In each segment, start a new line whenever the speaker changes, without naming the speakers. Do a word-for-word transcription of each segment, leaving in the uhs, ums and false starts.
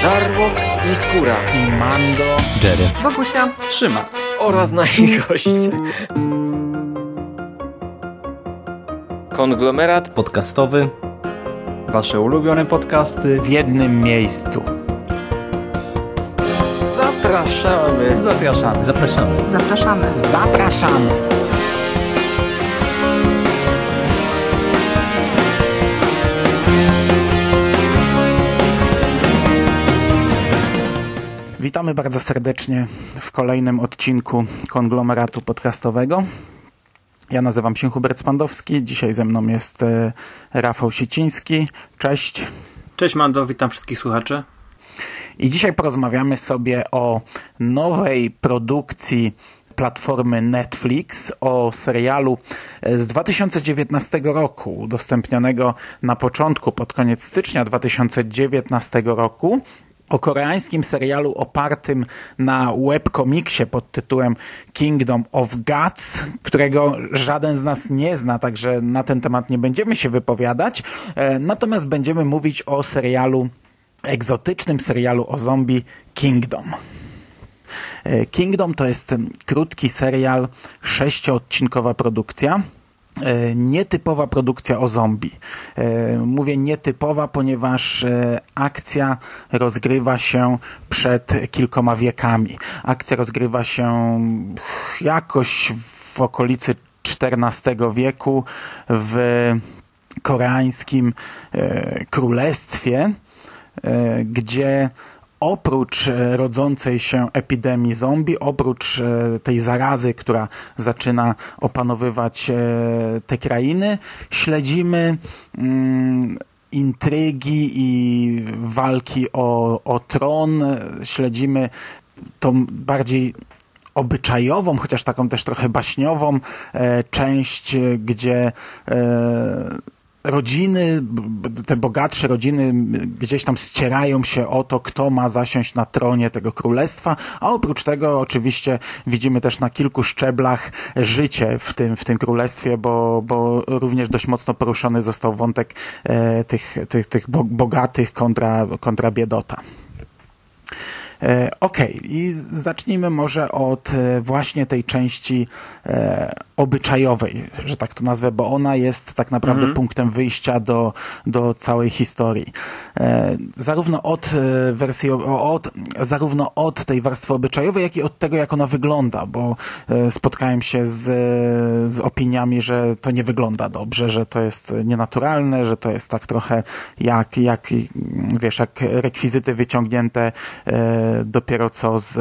Żarłok i Skóra
i Mando,
Jerry,
Wokusia,
Szymas
oraz nasi goście. Konglomerat
podcastowy.
Wasze ulubione podcasty
w jednym miejscu.
Zapraszamy.
Zapraszamy.
Zapraszamy.
zapraszamy.
Zapraszamy. Witamy bardzo serdecznie w kolejnym odcinku Konglomeratu podcastowego. Ja nazywam się Hubert Spandowski. Dzisiaj ze mną jest e, Rafał Sieciński. Cześć.
Cześć Mando, witam wszystkich słuchaczy.
I dzisiaj porozmawiamy sobie o nowej produkcji platformy Netflix, o serialu z dwa tysiące dziewiętnastego roku, udostępnionego na początku, pod koniec stycznia dwa tysiące dziewiętnastego roku. O koreańskim serialu opartym na webkomiksie pod tytułem Kingdom of Gods, którego żaden z nas nie zna, także na ten temat nie będziemy się wypowiadać. Natomiast będziemy mówić o serialu, egzotycznym serialu o zombie Kingdom. Kingdom to jest krótki serial, sześcioodcinkowa produkcja. Nietypowa produkcja o zombie. Mówię nietypowa, ponieważ akcja rozgrywa się przed kilkoma wiekami. Akcja rozgrywa się jakoś w okolicy czternastego wieku w koreańskim królestwie, gdzie oprócz rodzącej się epidemii zombie, oprócz tej zarazy, która zaczyna opanowywać te krainy, śledzimy mm, intrygi i walki o, o tron, śledzimy tą bardziej obyczajową, chociaż taką też trochę baśniową e, część, gdzie e, rodziny, te bogatsze rodziny gdzieś tam ścierają się o to, kto ma zasiąść na tronie tego królestwa, a oprócz tego oczywiście widzimy też na kilku szczeblach życie w tym, w tym królestwie, bo, bo również dość mocno poruszony został wątek e, tych, tych, tych bogatych kontra, kontra biedota. E, Okej, okay. I zacznijmy może od e, właśnie tej części e, obyczajowej, że tak to nazwę, bo ona jest tak naprawdę mm-hmm. punktem wyjścia do, do całej historii. E, zarówno od e, wersji, o, od, zarówno od tej warstwy obyczajowej, jak i od tego, jak ona wygląda, bo e, spotkałem się z, z opiniami, że to nie wygląda dobrze, że to jest nienaturalne, że to jest tak trochę jak, jak wiesz, jak rekwizyty wyciągnięte e, dopiero co z,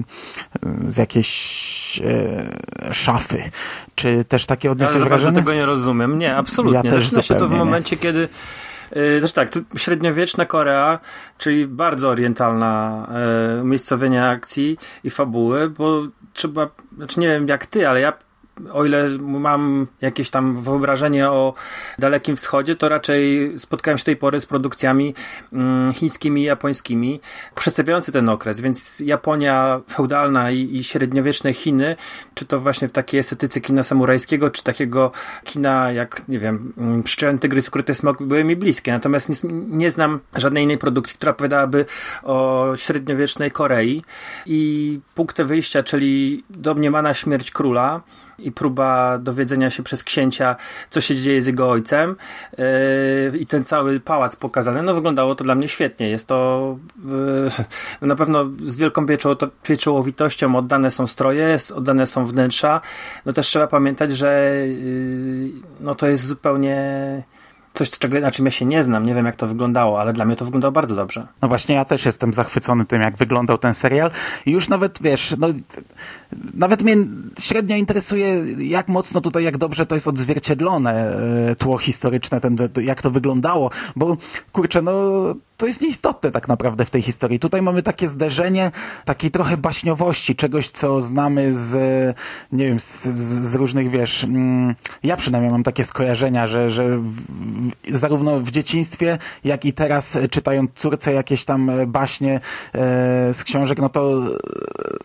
z jakiejś e, szafy. Czy też takie odniosłeś
ja
wrażenie?
Ja tego nie rozumiem. Nie, absolutnie.
Ja też
Zaczyna się to w
nie.
momencie, kiedy Yy, też tak, średniowieczna Korea, czyli bardzo orientalna yy, umiejscowienie akcji i fabuły, bo trzeba, znaczy nie wiem jak ty, ale ja o ile mam jakieś tam wyobrażenie o Dalekim Wschodzie, to raczej spotkałem się do tej pory z produkcjami mm, chińskimi i japońskimi, przedstawiający ten okres, więc Japonia feudalna i, i średniowieczne Chiny, czy to właśnie w takiej estetyce kina samurajskiego, czy takiego kina jak, nie wiem, Pszczelny Tygrys, Ukryty Smok były mi bliskie, natomiast nie, nie znam żadnej innej produkcji, która opowiadałaby o średniowiecznej Korei i punktem wyjścia, czyli domniemana śmierć króla i próba dowiedzenia się przez księcia, co się dzieje z jego ojcem yy, i ten cały pałac pokazany, no wyglądało to dla mnie świetnie. Jest to yy, no na pewno z wielką pieczołowitością oddane są stroje, oddane są wnętrza. No też trzeba pamiętać, że yy, no to jest zupełnie coś, czego, na czym ja się nie znam, nie wiem jak to wyglądało, ale dla mnie to wyglądało bardzo dobrze.
No właśnie, ja też jestem zachwycony tym, jak wyglądał ten serial i już nawet, wiesz, no nawet mnie średnio interesuje, jak mocno tutaj, jak dobrze to jest odzwierciedlone, tło historyczne, ten, jak to wyglądało, bo kurczę, no to jest nieistotne tak naprawdę w tej historii. Tutaj mamy takie zderzenie takiej trochę baśniowości, czegoś, co znamy z, nie wiem, z, z różnych, wiesz, ja przynajmniej mam takie skojarzenia, że, że w, zarówno w dzieciństwie, jak i teraz czytając córce jakieś tam baśnie e, z książek, no to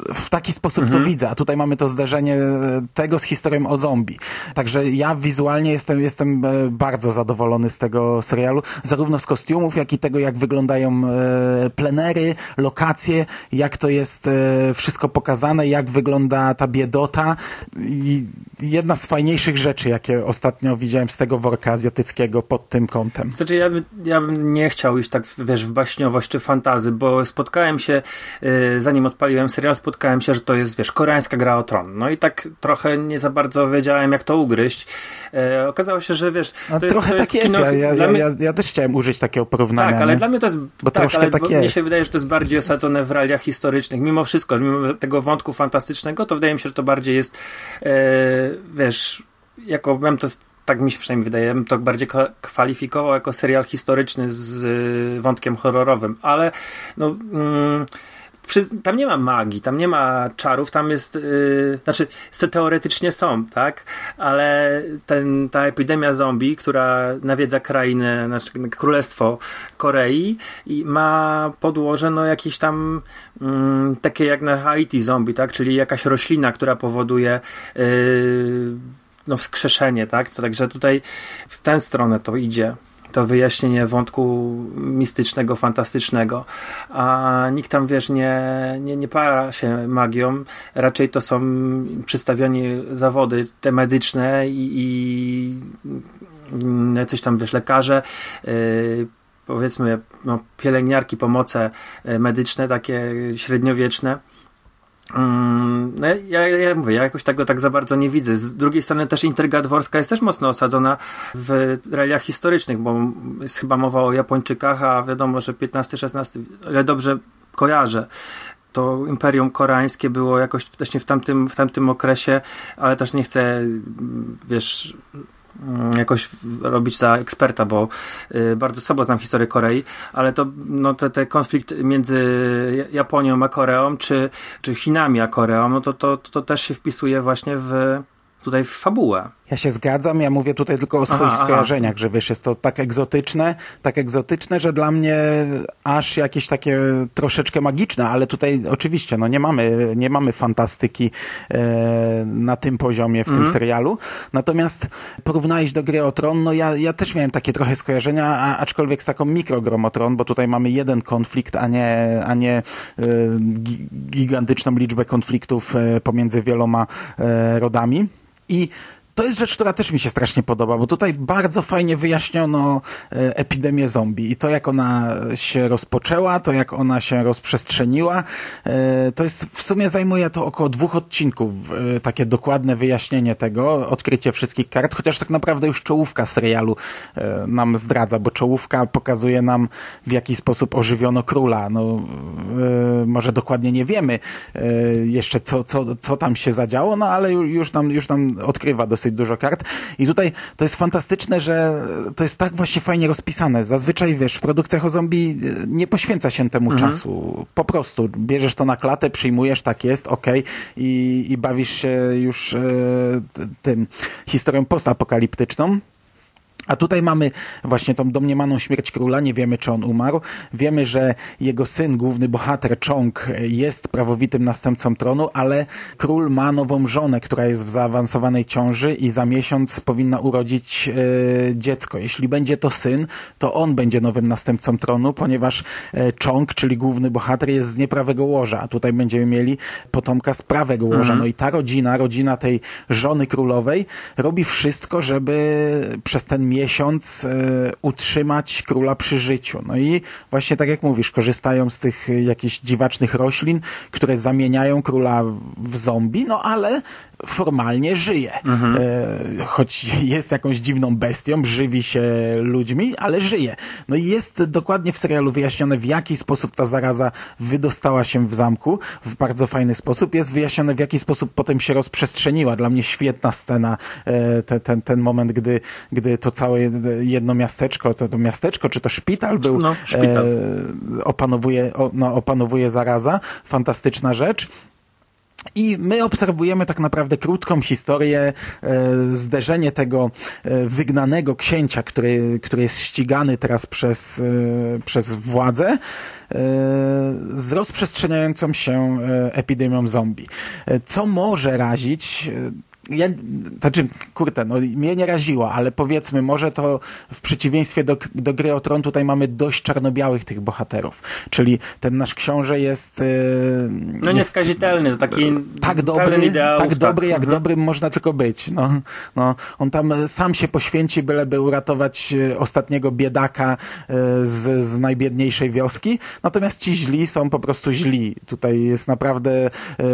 w taki sposób
mhm.
to widzę, a tutaj mamy to zderzenie tego z historią o zombie. Także ja wizualnie jestem, jestem bardzo zadowolony z tego serialu, zarówno z kostiumów, jak i tego, jak wyglądają plenery, lokacje, jak to jest wszystko pokazane, jak wygląda ta biedota. I jedna z fajniejszych rzeczy, jakie ostatnio widziałem z tego worka azjatyckiego pod tym kątem.
Znaczy ja, by, ja bym nie chciał iść tak, wiesz, w baśniowość czy fantazy, bo spotkałem się, yy, zanim odpaliłem serial, spotkałem się, że to jest, wiesz, koreańska gra o tron. No i tak trochę nie za bardzo wiedziałem, jak to ugryźć. Yy, okazało się, że wiesz...
No,
to
trochę
jest, to
tak
jest,
jest.
kino,
ja, ja,
mnie...
ja, ja też chciałem użyć takiego porównania.
Tak, ale
nie?
dla mnie to jest...
Bo
tak,
troszkę
ale
tak
bo
jest.
mnie się wydaje, że to jest bardziej osadzone w realiach historycznych. Mimo wszystko, mimo tego wątku fantastycznego, to wydaje mi się, że to bardziej jest, yy, wiesz, jako bym to tak mi się przynajmniej wydaje, bym to bardziej kwalifikował jako serial historyczny z y, wątkiem horrorowym, ale no mm, przy, tam nie ma magii, tam nie ma czarów, tam jest, yy, znaczy teoretycznie są, tak, ale ten, ta epidemia zombie, która nawiedza krainę, znaczy królestwo Korei i ma podłoże no jakieś tam mm, takie jak na Haiti zombie, tak, czyli jakaś roślina, która powoduje yy, no wskrzeszenie, tak? To także tutaj w tę stronę to idzie. To wyjaśnienie wątku mistycznego, fantastycznego. A nikt tam, wiesz, nie, nie, nie para się magią. Raczej to są przedstawione zawody te medyczne i, i jacyś tam, wiesz, lekarze, yy, powiedzmy, no, pielęgniarki, pomoce medyczne, takie średniowieczne. Um, no ja, ja mówię, ja jakoś tego tak za bardzo nie widzę. Z drugiej strony też intryga dworska jest też mocno osadzona w realiach historycznych, bo jest chyba mowa o Japończykach, a wiadomo, że piętnasty szesnasty, ale dobrze kojarzę, to Imperium Koreańskie było jakoś właśnie w tamtym, w tamtym okresie, ale też nie chcę, wiesz, jakoś robić za eksperta, bo y, bardzo słabo znam historię Korei, ale to no, te, te konflikt między Japonią a Koreą, czy, czy Chinami a Koreą, no to, to, to też się wpisuje właśnie w tutaj w fabułę.
Ja się zgadzam, ja mówię tutaj tylko o swoich
aha,
skojarzeniach,
aha.
że wiesz, jest to tak egzotyczne, tak egzotyczne, że dla mnie aż jakieś takie troszeczkę magiczne, ale tutaj oczywiście, no nie mamy, nie mamy fantastyki e, na tym poziomie w mhm. tym serialu. Natomiast porównałeś do Gry o Tron, no ja, ja też miałem takie trochę skojarzenia, a, aczkolwiek z taką mikrogrą o Tron, bo tutaj mamy jeden konflikt, a nie, a nie e, gi- gigantyczną liczbę konfliktów e, pomiędzy wieloma e, rodami. I to jest rzecz, która też mi się strasznie podoba, bo tutaj bardzo fajnie wyjaśniono e, epidemię zombie i to, jak ona się rozpoczęła, to jak ona się rozprzestrzeniła. E, to jest, w sumie zajmuje to około dwóch odcinków, e, takie dokładne wyjaśnienie tego, odkrycie wszystkich kart, chociaż tak naprawdę już czołówka serialu e, nam zdradza, bo czołówka pokazuje nam, w jaki sposób ożywiono króla. No, e, może dokładnie nie wiemy e, jeszcze, co, co, co tam się zadziało, no ale już nam, już nam odkrywa dosyć dużo kart. I tutaj to jest fantastyczne, że to jest tak właśnie fajnie rozpisane. Zazwyczaj, wiesz, w produkcjach o zombie nie poświęca się temu mhm. czasu. Po prostu bierzesz to na klatę, przyjmujesz, tak jest, okej, okay, i, i bawisz się już e, tym historią postapokaliptyczną. A tutaj mamy właśnie tą domniemaną śmierć króla, nie wiemy, czy on umarł. Wiemy, że jego syn, główny bohater Chong, jest prawowitym następcą tronu, ale król ma nową żonę, która jest w zaawansowanej ciąży i za miesiąc powinna urodzić e, dziecko. Jeśli będzie to syn, to on będzie nowym następcą tronu, ponieważ e, Chong, czyli główny bohater, jest z nieprawego łoża, a tutaj będziemy mieli potomka z prawego łoża. Mhm. No i ta rodzina, rodzina tej żony królowej robi wszystko, żeby przez ten miesiąc y, utrzymać króla przy życiu. No i właśnie tak jak mówisz, korzystają z tych y, jakichś dziwacznych roślin, które zamieniają króla w zombie, no ale formalnie żyje. Mhm. Y, choć jest jakąś dziwną bestią, żywi się ludźmi, ale żyje. No i jest dokładnie w serialu wyjaśnione, w jaki sposób ta zaraza wydostała się w zamku, w bardzo fajny sposób. Jest wyjaśnione, w jaki sposób potem się rozprzestrzeniła. Dla mnie świetna scena, y, te, ten, ten moment, gdy, gdy to całe jedno miasteczko, to, to miasteczko, czy to szpital był,
no, szpital.
E, opanowuje, o, no, opanowuje zaraza. Fantastyczna rzecz. I my obserwujemy tak naprawdę krótką historię, e, zderzenie tego e, wygnanego księcia, który, który jest ścigany teraz przez, e, przez władzę, e, z rozprzestrzeniającą się e, epidemią zombie. E, co może razić... E, Ja, znaczy, kurde, no mnie nie raziło, ale powiedzmy, może to w przeciwieństwie do, do Gry o Tron tutaj mamy dość czarno-białych tych bohaterów, czyli ten nasz książę jest... Yy,
no nieskazitelny, to taki
tak dobry,
ideałów,
tak dobry,
tak.
jak
Mhm.
dobrym można tylko być. No, no, on tam sam się poświęci, byleby uratować ostatniego biedaka z, z najbiedniejszej wioski, natomiast ci źli są po prostu źli. Tutaj jest naprawdę yy,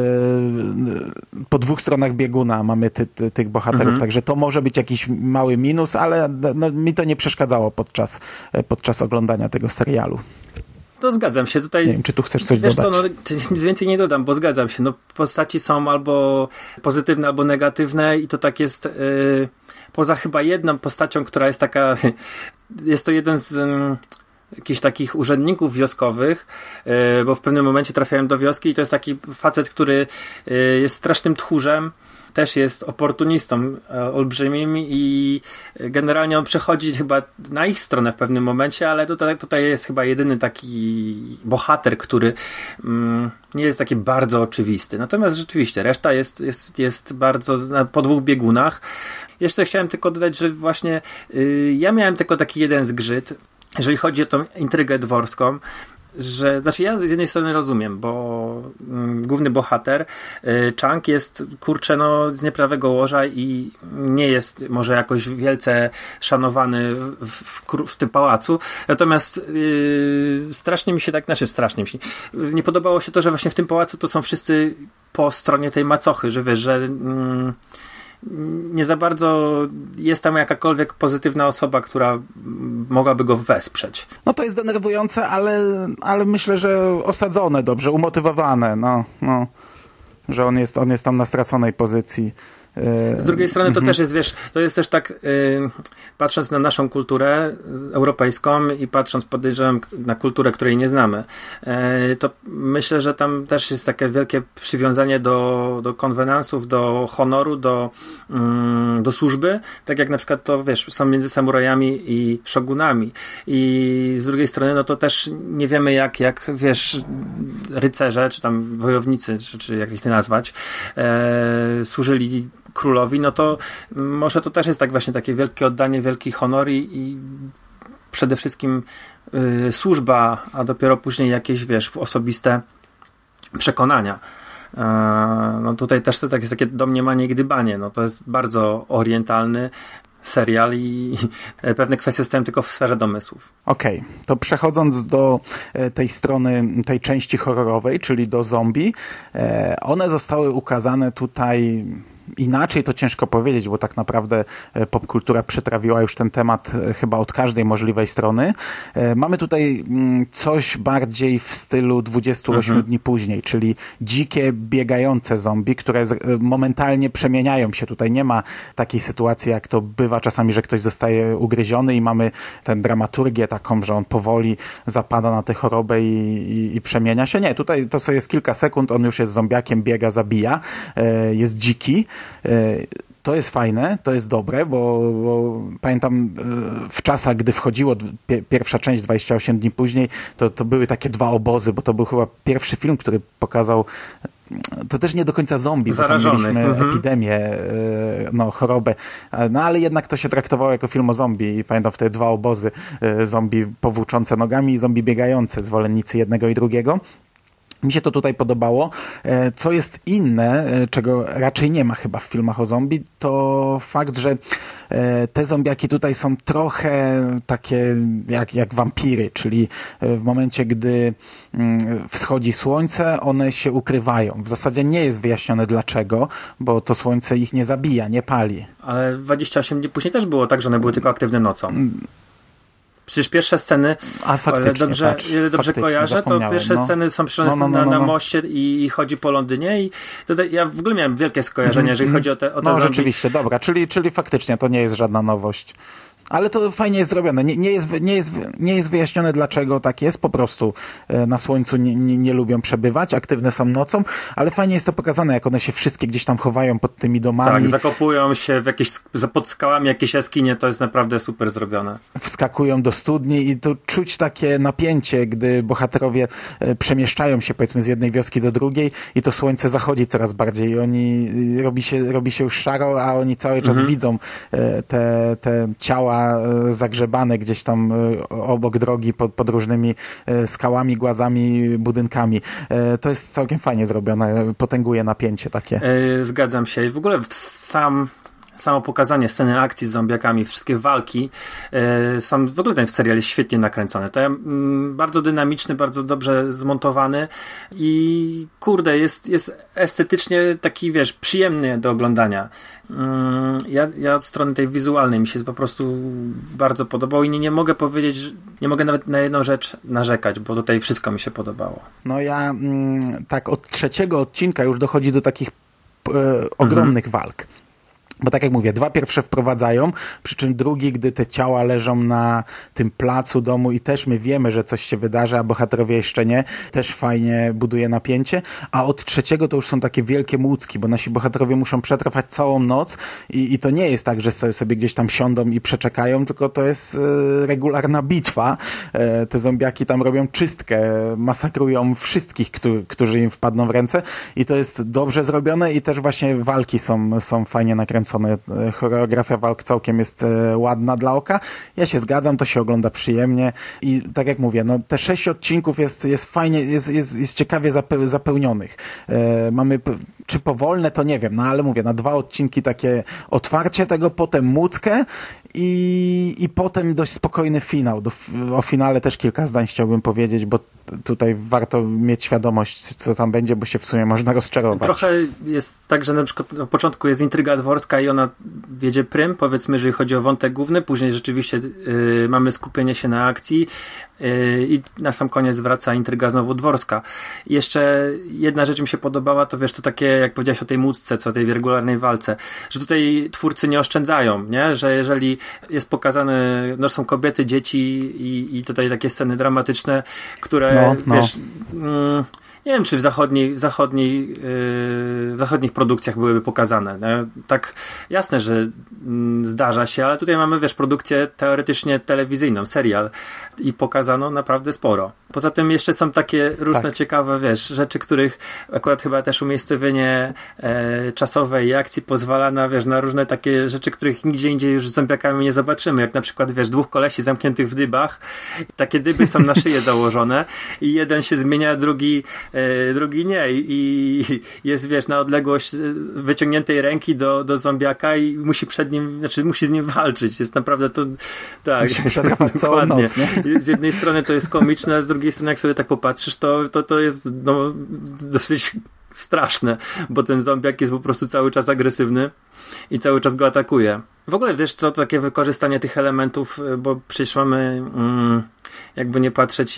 po dwóch stronach bieguna mamy Ty, ty, tych bohaterów, mhm. także to może być jakiś mały minus, ale no, mi to nie przeszkadzało podczas, podczas oglądania tego serialu.
To zgadzam się. Tutaj,
nie wiem, czy tu chcesz coś
wiesz
dodać?
Co, no, nic więcej nie dodam, bo zgadzam się. No, postaci są albo pozytywne, albo negatywne i to tak jest yy, poza chyba jedną postacią, która jest taka jest to jeden z yy, jakichś takich urzędników wioskowych, yy, bo w pewnym momencie trafiałem do wioski i to jest taki facet, który yy, jest strasznym tchórzem, też jest oportunistą e, olbrzymim i generalnie on przechodzi chyba na ich stronę w pewnym momencie, ale tutaj, tutaj jest chyba jedyny taki bohater, który mm, nie jest taki bardzo oczywisty. Natomiast rzeczywiście reszta jest, jest, jest bardzo na, po dwóch biegunach. Jeszcze chciałem tylko dodać, że właśnie y, ja miałem tylko taki jeden zgrzyt, jeżeli chodzi o tą intrygę dworską, że, znaczy ja z jednej strony rozumiem, bo mm, główny bohater y, Chang jest, kurczę, no z nieprawego łoża i nie jest może jakoś wielce szanowany w, w, w tym pałacu, natomiast y, strasznie mi się tak, znaczy strasznie mi się y, nie podobało się to, że właśnie w tym pałacu to są wszyscy po stronie tej macochy, że wiesz, że mm, nie za bardzo jest tam jakakolwiek pozytywna osoba, która mogłaby go wesprzeć.
No to jest denerwujące, ale, ale myślę, że osadzone dobrze, umotywowane, no, no, że on jest, on jest tam na straconej pozycji.
Z drugiej strony to
mhm.
też jest, wiesz, to jest też tak, yy, patrząc na naszą kulturę europejską i patrząc, podejrzewam, na kulturę, której nie znamy, yy, to myślę, że tam też jest takie wielkie przywiązanie do, do konwenansów, do honoru, do, yy, do służby, tak jak na przykład to, wiesz, są między samurajami i szogunami. I z drugiej strony, no to też nie wiemy, jak, jak wiesz, rycerze, czy tam wojownicy, czy, czy jak ich nazwać, yy, służyli królowi, no to może to też jest tak właśnie takie wielkie oddanie, wielki honor i, i przede wszystkim y, służba, a dopiero później jakieś, wiesz, osobiste przekonania. E, no tutaj też to tak jest takie domniemanie i gdybanie. No to jest bardzo orientalny serial i pewne kwestie stoją tylko w sferze domysłów.
Okej, okay. To przechodząc do tej strony, tej części horrorowej, czyli do zombie, one zostały ukazane tutaj inaczej, to ciężko powiedzieć, bo tak naprawdę popkultura przetrawiła już ten temat chyba od każdej możliwej strony. Mamy tutaj coś bardziej w stylu dwudziestu ośmiu mhm. dni później, czyli dzikie, biegające zombie, które momentalnie przemieniają się. Tutaj nie ma takiej sytuacji, jak to bywa czasami, że ktoś zostaje ugryziony i mamy tę dramaturgię taką, że on powoli zapada na tę chorobę i, i, i przemienia się. Nie, tutaj to sobie jest kilka sekund, on już jest zombiakiem, biega, zabija, jest dziki. To jest fajne, to jest dobre, bo, bo pamiętam w czasach, gdy wchodziło pi- pierwsza część, dwadzieścia osiem dni później, to, to były takie dwa obozy, bo to był chyba pierwszy film, który pokazał, to też nie do końca zombie, bo tam mieliśmy mhm. epidemię, no chorobę, no ale jednak to się traktowało jako film o zombie i pamiętam wtedy dwa obozy, zombie powłóczące nogami i zombie biegające, zwolennicy jednego i drugiego. Mi się to tutaj podobało. Co jest inne, czego raczej nie ma chyba w filmach o zombie, to fakt, że te zombiaki tutaj są trochę takie jak, jak wampiry, czyli w momencie, gdy wschodzi słońce, one się ukrywają. W zasadzie nie jest wyjaśnione dlaczego, bo to słońce ich nie zabija, nie pali.
Ale dwadzieścia osiem dni później też było tak, że one były tylko aktywne nocą. Przecież pierwsze sceny,
A,
ale dobrze,
patrz,
ile dobrze kojarzę, to pierwsze
no.
sceny są przecież no, no, no, no, no. na, na moście i, i chodzi po Londynie i tutaj ja w ogóle miałem wielkie skojarzenia, mm-hmm. jeżeli chodzi o te, o te
No
zombie.
rzeczywiście, dobra, czyli, czyli faktycznie to nie jest żadna nowość. Ale to fajnie jest zrobione. Nie, nie, jest, nie, jest, nie jest wyjaśnione, dlaczego tak jest. Po prostu na słońcu nie, nie, nie lubią przebywać, aktywne są nocą, ale fajnie jest to pokazane, jak one się wszystkie gdzieś tam chowają pod tymi domami.
Tak, zakopują się w jakieś, pod skałami jakieś jaskinie, to jest naprawdę super zrobione.
Wskakują do studni i tu czuć takie napięcie, gdy bohaterowie przemieszczają się, powiedzmy, z jednej wioski do drugiej i to słońce zachodzi coraz bardziej i oni, robi się, robi się już szaro, a oni cały czas mhm. widzą te, te ciała zagrzebane gdzieś tam obok drogi pod, pod różnymi skałami, głazami, budynkami. To jest całkiem fajnie zrobione, potęguje napięcie takie.
Zgadzam się. I w ogóle sam samo pokazanie sceny akcji z zombiakami, wszystkie walki yy, są w ogóle ten serial jest świetnie nakręcony. To jest yy, bardzo dynamiczny, bardzo dobrze zmontowany i kurde, jest, jest estetycznie taki, wiesz, przyjemny do oglądania. Yy, ja, ja od strony tej wizualnej mi się po prostu bardzo podobał i nie, nie mogę powiedzieć, że nie mogę nawet na jedną rzecz narzekać, bo tutaj wszystko mi się podobało.
No ja mm, tak od trzeciego odcinka już dochodzi do takich e, ogromnych mhm. walk. Bo tak jak mówię, dwa pierwsze wprowadzają, przy czym drugi, gdy te ciała leżą na tym placu domu i też my wiemy, że coś się wydarzy, a bohaterowie jeszcze nie, też fajnie buduje napięcie, a od trzeciego to już są takie wielkie młódzki, bo nasi bohaterowie muszą przetrwać całą noc i, i to nie jest tak, że sobie, sobie gdzieś tam siądą i przeczekają, tylko to jest e, regularna bitwa. E, te zombiaki tam robią czystkę, masakrują wszystkich, którzy, którzy im wpadną w ręce i to jest dobrze zrobione i też właśnie walki są, są fajnie nakręcone. Choreografia walk całkiem jest e, ładna dla oka. Ja się zgadzam, to się ogląda przyjemnie i tak jak mówię, no te sześć odcinków jest, jest fajnie, jest, jest, jest ciekawie zape- zapełnionych. E, mamy, p- czy powolne, to nie wiem, no ale mówię, na dwa odcinki takie otwarcie tego, potem muckę i, i potem dość spokojny finał. Do, o finale też kilka zdań chciałbym powiedzieć, bo tutaj warto mieć świadomość, co tam będzie, bo się w sumie można rozczarować.
Trochę jest tak, że na przykład na początku jest intryga dworska i ona wiedzie prym, powiedzmy, jeżeli chodzi o wątek główny, później rzeczywiście yy, mamy skupienie się na akcji yy, i na sam koniec wraca intryga znowu dworska. Jeszcze jedna rzecz mi się podobała, to wiesz, to takie, jak powiedziałeś o tej mucce, co o tej regularnej walce, że tutaj twórcy nie oszczędzają, nie? Że jeżeli jest pokazane, no są kobiety, dzieci i, i tutaj takie sceny dramatyczne, które no, no. wiesz... Mm, nie wiem, czy w zachodniej, w zachodniej, yy, w zachodnich produkcjach byłyby pokazane. Nie? Tak jasne, że mm, zdarza się, ale tutaj mamy, wiesz, produkcję teoretycznie telewizyjną, serial i pokazano naprawdę sporo. Poza tym jeszcze są takie różne tak. ciekawe, wiesz, rzeczy, których akurat chyba też umiejscowienie e, czasowe i akcji pozwala na, wiesz, na różne takie rzeczy, których nigdzie indziej już z zombiakami nie zobaczymy. Jak na przykład, wiesz, dwóch kolesi zamkniętych w dybach. Takie dyby są na szyję założone i jeden się zmienia, drugi Yy, drugi nie I, i jest, wiesz, na odległość wyciągniętej ręki do, do zombiaka i musi przed nim, znaczy musi z nim walczyć. Jest naprawdę to, tak.
Musi przetrwać całą noc, nie?
Z jednej strony to jest komiczne, a z drugiej strony jak sobie tak popatrzysz, to, to, to jest no, dosyć straszne, bo ten zombiak jest po prostu cały czas agresywny i cały czas go atakuje. W ogóle, wiesz co, to takie wykorzystanie tych elementów, bo przecież mamy mm, jakby nie patrzeć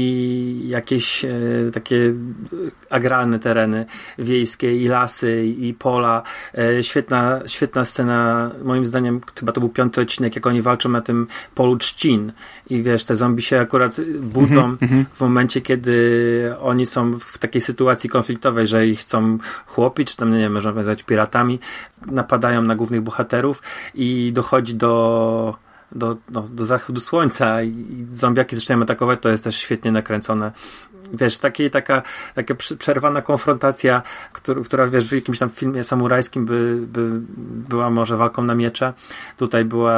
i jakieś e, takie agrarne tereny wiejskie i lasy i pola. E, świetna, świetna scena, moim zdaniem chyba to był piąty odcinek, jak oni walczą na tym polu trzcin i wiesz, te zombie się akurat budzą w momencie, kiedy oni są w takiej sytuacji konfliktowej, że ich chcą chłopić, czy tam, nie wiem, można nazwać piratami, napadają na głównych bohaterów i dochodzi do do, no, do zachodu słońca i zombiaki zaczynają atakować, to jest też świetnie nakręcone. Wiesz, takie, taka, taka przerwana konfrontacja, która, która wiesz, w jakimś tam filmie samurajskim by, by była może walką na miecze. Tutaj była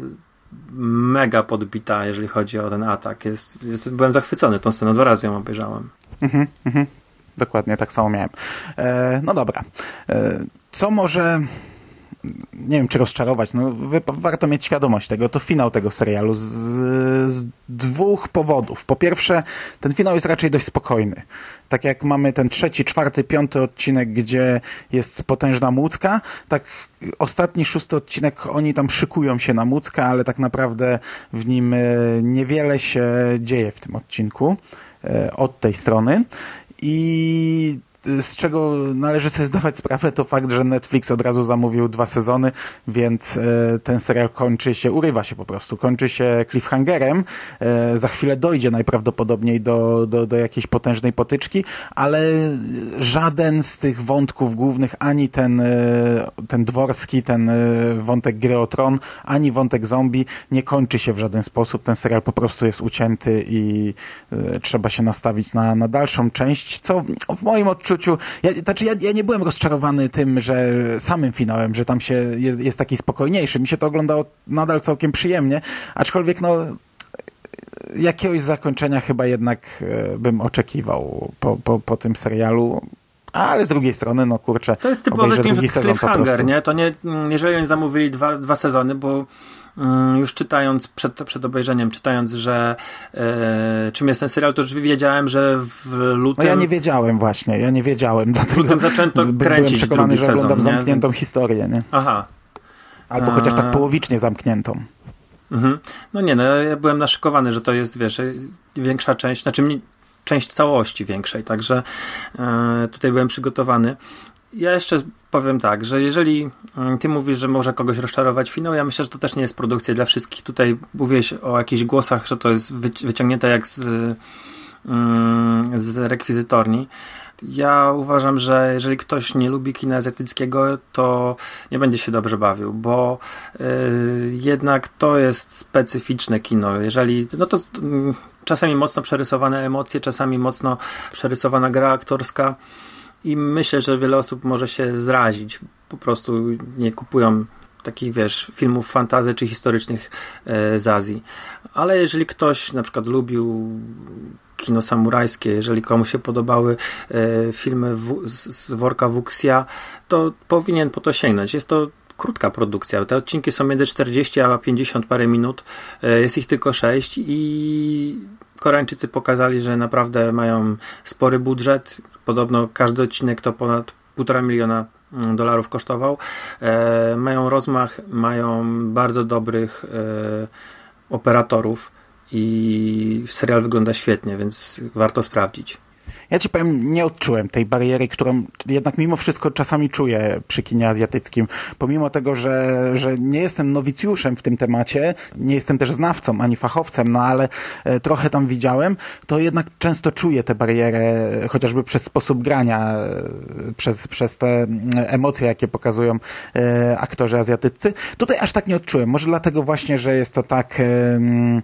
mega podbita, jeżeli chodzi o ten atak. Jest, jest, byłem zachwycony tą sceną, dwa razy ją obejrzałem.
Mhm, mhm. Dokładnie, tak samo miałem. E, no dobra. E, co może... nie wiem, czy rozczarować, no wy, warto mieć świadomość tego, to finał tego serialu z, z dwóch powodów. Po pierwsze, ten finał jest raczej dość spokojny. Tak jak mamy ten trzeci, czwarty, piąty odcinek, gdzie jest potężna mucka, tak ostatni, szósty odcinek, oni tam szykują się na muckę, ale tak naprawdę w nim niewiele się dzieje w tym odcinku od tej strony. I z czego należy sobie zdawać sprawę, to fakt, że Netflix od razu zamówił dwa sezony, więc ten serial kończy się, urywa się po prostu, kończy się cliffhangerem. Za chwilę dojdzie najprawdopodobniej do, do, do jakiejś potężnej potyczki, ale żaden z tych wątków głównych, ani ten, ten dworski, ten wątek gry o tron, ani wątek zombie nie kończy się w żaden sposób. Ten serial po prostu jest ucięty i trzeba się nastawić na, na dalszą część, co w moim odczuciu, ja, znaczy ja, ja nie byłem rozczarowany tym, że samym finałem, że tam się jest, jest taki spokojniejszy. Mi się to oglądało nadal całkiem przyjemnie, aczkolwiek no jakiegoś zakończenia chyba jednak bym oczekiwał po, po, po tym serialu. Ale z drugiej strony, no kurczę,
to jest typowy
drugi sezon po prostu.
Nie? To nie, jeżeli oni zamówili dwa, dwa sezony, bo um, już czytając przed, przed obejrzeniem, czytając, że e, czym jest ten serial, to już wiedziałem, że w lutym...
No ja nie wiedziałem właśnie, ja nie wiedziałem, dlatego
w lutym zaczęto kręcić
byłem przekonany, że oglądam
sezon,
zamkniętą
nie?
historię, nie?
Aha.
Albo
A...
chociaż tak połowicznie zamkniętą.
Mhm. No nie, no ja byłem naszykowany, że to jest, wiesz, większa część, znaczy mnie, część całości większej, także e, tutaj byłem przygotowany. Ja jeszcze powiem tak, że jeżeli ty mówisz, że może kogoś rozczarować finał, ja myślę, że to też nie jest produkcja dla wszystkich. Tutaj mówiłeś o jakichś głosach, że to jest wyciągnięte jak z, z rekwizytorni. Ja uważam, że jeżeli ktoś nie lubi kina azjatyckiego, to nie będzie się dobrze bawił, bo yy, jednak to jest specyficzne kino. Jeżeli, no to yy, czasami mocno przerysowane emocje, czasami mocno przerysowana gra aktorska i myślę, że wiele osób może się zrazić. Po prostu nie kupują takich, wiesz, filmów fantasy czy historycznych yy, z Azji. Ale jeżeli ktoś na przykład lubił kino samurajskie, jeżeli komuś się podobały e, filmy w, z, z worka Wuxia, to powinien po to sięgnąć. Jest to krótka produkcja. Te odcinki są między czterdzieści a pięćdziesiąt parę minut. E, jest ich tylko sześć i Koreańczycy pokazali, że naprawdę mają spory budżet. Podobno każdy odcinek to ponad półtora miliona dolarów kosztował. E, mają rozmach, mają bardzo dobrych e, operatorów. I serial wygląda świetnie, więc warto sprawdzić.
Ja ci powiem, nie odczułem tej bariery, którą jednak mimo wszystko czasami czuję przy kinie azjatyckim. Pomimo tego, że, że nie jestem nowicjuszem w tym temacie, nie jestem też znawcą ani fachowcem, no ale e, trochę tam widziałem, to jednak często czuję tę barierę, chociażby przez sposób grania, e, przez, przez te emocje, jakie pokazują e, aktorzy azjatyccy. Tutaj aż tak nie odczułem. Może dlatego właśnie, że jest to tak... E,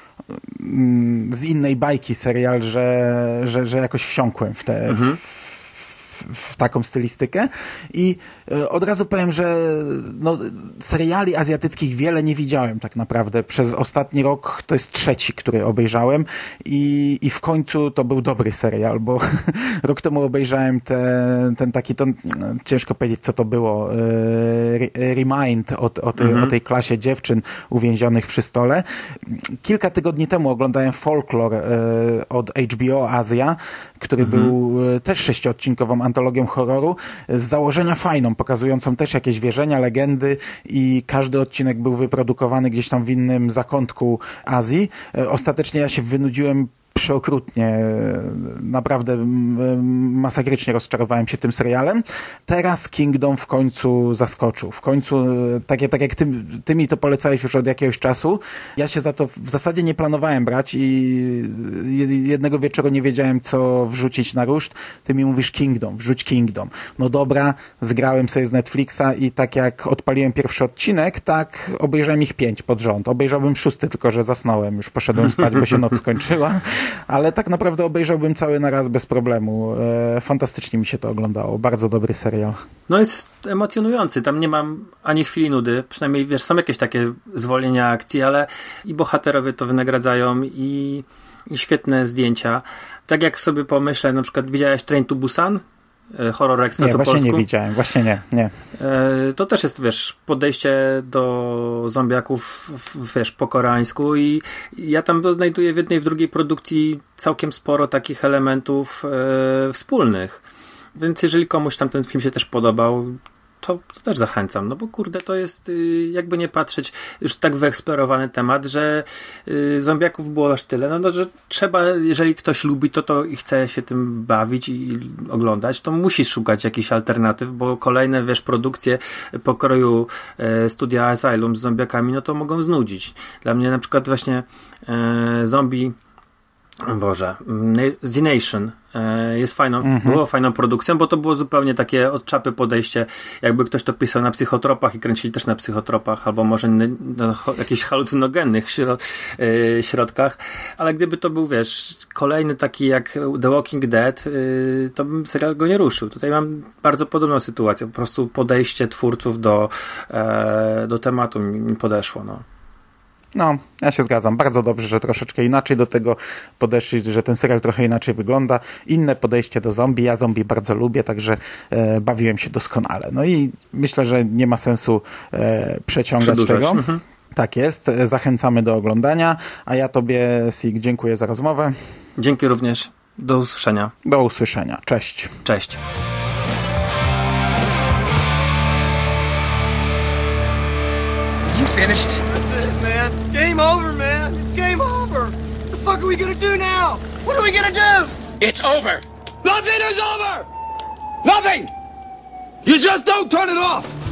z innej bajki serial, że, że, że jakoś wsiąkłem w tę mhm. w, w taką stylistykę i od razu powiem, że no, seriali azjatyckich wiele nie widziałem tak naprawdę. Przez ostatni rok to jest trzeci, który obejrzałem i, i w końcu to był dobry serial, bo rok temu obejrzałem te, ten taki, to, ciężko powiedzieć co to było, Remind o, o, tej, mhm. o tej klasie dziewczyn uwięzionych przy stole. Kilka tygodni temu oglądałem Folklore od H B O Azja, który mhm. był też sześciodcinkową antologią horroru z założenia fajną, pokazującą też jakieś wierzenia, legendy i każdy odcinek był wyprodukowany gdzieś tam w innym zakątku Azji. Ostatecznie ja się wynudziłem przeokrutnie, naprawdę masakrycznie rozczarowałem się tym serialem. Teraz Kingdom w końcu zaskoczył. W końcu, tak, tak jak ty, ty mi to polecałeś już od jakiegoś czasu, ja się za to w zasadzie nie planowałem brać i jednego wieczoru nie wiedziałem, co wrzucić na ruszt. Ty mi mówisz Kingdom, wrzuć Kingdom. No dobra, zgrałem sobie z Netflixa i tak jak odpaliłem pierwszy odcinek, tak obejrzałem ich pięć pod rząd. Obejrzałbym szósty, tylko że zasnąłem. Już poszedłem spać, bo się noc skończyła. Ale tak naprawdę obejrzałbym cały na raz bez problemu. E, fantastycznie mi się to oglądało. Bardzo dobry serial.
No jest emocjonujący. Tam nie mam ani chwili nudy. Przynajmniej, wiesz, są jakieś takie zwolnienia akcji, ale i bohaterowie to wynagradzają i, i świetne zdjęcia. Tak jak sobie pomyślę, na przykład widziałeś Train to Busan? Horror Express
nie,
po
właśnie
polsku.
nie widziałem, właśnie nie, nie.
To też jest, wiesz, podejście do zombiaków, wiesz, po koreańsku i ja tam znajduję w jednej, w drugiej produkcji całkiem sporo takich elementów e, wspólnych. Więc jeżeli komuś tam ten film się też podobał, to, to też zachęcam, no bo kurde, to jest y, jakby nie patrzeć, już tak wyeksplorowany temat, że y, zombiaków było aż tyle, no, no że trzeba, jeżeli ktoś lubi to, to i chce się tym bawić i, i oglądać, to musi szukać jakichś alternatyw, bo kolejne, wiesz, produkcje pokroju y, studia Asylum z zombiakami, no to mogą znudzić. Dla mnie na przykład właśnie y, zombie Boże, The Nation jest fajną, mm-hmm. było fajną produkcją, bo to było zupełnie takie od czapy podejście, jakby ktoś to pisał na psychotropach i kręcili też na psychotropach, albo może na, na jakichś halucynogennych środ, yy, środkach, ale gdyby to był, wiesz, kolejny taki jak The Walking Dead, yy, to bym serial go nie ruszył. Tutaj mam bardzo podobną sytuację, po prostu podejście twórców do, e, do tematu mi, mi podeszło, no.
No, ja się zgadzam. Bardzo dobrze, że troszeczkę inaczej do tego podeszli, że ten serial trochę inaczej wygląda. Inne podejście do zombie. Ja zombie bardzo lubię, także e, bawiłem się doskonale. No i myślę, że nie ma sensu e, przeciągać
Przedłużać.
tego.
Mhm.
Tak jest. Zachęcamy do oglądania. A ja tobie, Sig, dziękuję za rozmowę.
Dzięki również. Do usłyszenia.
Do usłyszenia. Cześć.
Cześć.
You finished? That's it, man. Game over, man. It's game over. What the fuck are we gonna do now? What are we gonna do?
It's over. Nothing is over. Nothing. You just don't turn it off.